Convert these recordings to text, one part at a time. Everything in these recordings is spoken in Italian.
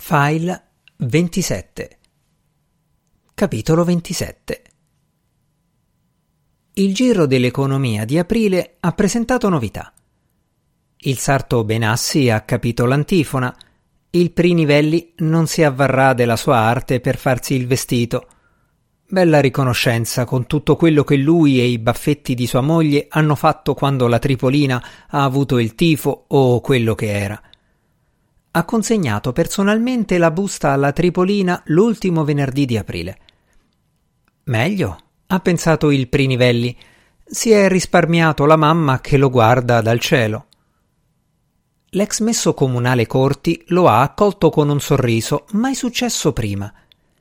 File 27. Capitolo 27. Il Giro dell'Economia di aprile ha presentato novità. Il sarto Benassi ha capito l'antifona. Il Prinivelli non si avvarrà della sua arte per farsi il vestito. Bella riconoscenza con tutto quello che lui e i baffetti di sua moglie hanno fatto quando la Tripolina ha avuto il tifo o quello che era. Ha consegnato personalmente la busta alla Tripolina l'ultimo venerdì di aprile. Meglio, ha pensato il Prinivelli, si è risparmiato la mamma che lo guarda dal cielo. L'ex messo comunale Corti lo ha accolto con un sorriso, mai successo prima.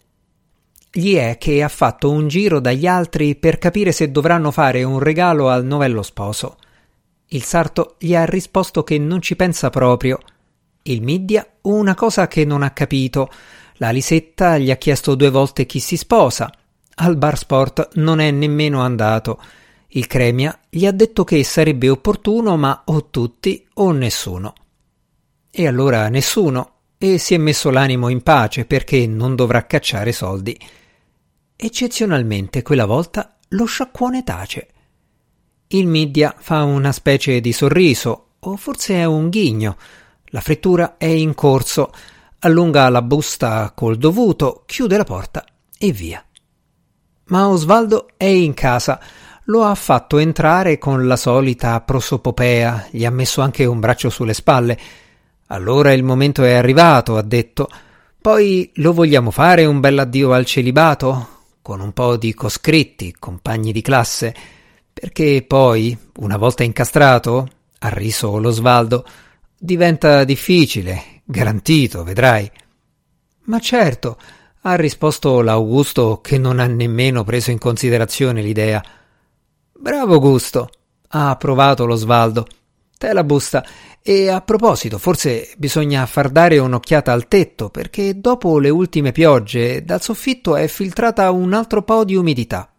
Gli è che ha fatto un giro dagli altri per capire se dovranno fare un regalo al novello sposo. Il sarto gli ha risposto che non ci pensa proprio. Il Middia una cosa che non ha capito. La Lisetta gli ha chiesto 2 volte chi si sposa. Al bar sport non è nemmeno andato. Il Cremia gli ha detto che sarebbe opportuno, ma o tutti o nessuno. E allora nessuno, e si è messo l'animo in pace perché non dovrà cacciare soldi. Eccezionalmente quella volta lo sciacquone tace. Il Middia fa una specie di sorriso, o forse è un ghigno. La frittura è in corso, allunga la busta col dovuto, chiude la porta e via. Ma Osvaldo è in casa, lo ha fatto entrare con la solita prosopopea, gli ha messo anche un braccio sulle spalle. Allora il momento è arrivato, ha detto. Poi lo vogliamo fare un bell'addio al celibato? Con un po' di coscritti, compagni di classe? Perché poi, una volta incastrato, ha riso l'Osvaldo, diventa difficile, garantito, vedrai. Ma certo, ha risposto l'Augusto che non ha nemmeno preso in considerazione l'idea. Bravo Gusto, ha approvato l'Osvaldo. Te la busta. E a proposito, forse bisogna far dare un'occhiata al tetto, perché dopo le ultime piogge dal soffitto è filtrata un altro po' di umidità.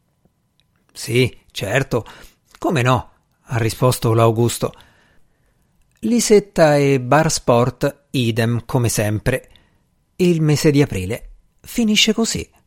Sì, certo, come no, ha risposto l'Augusto. Lisetta e bar sport idem come sempre. Il mese di aprile finisce così.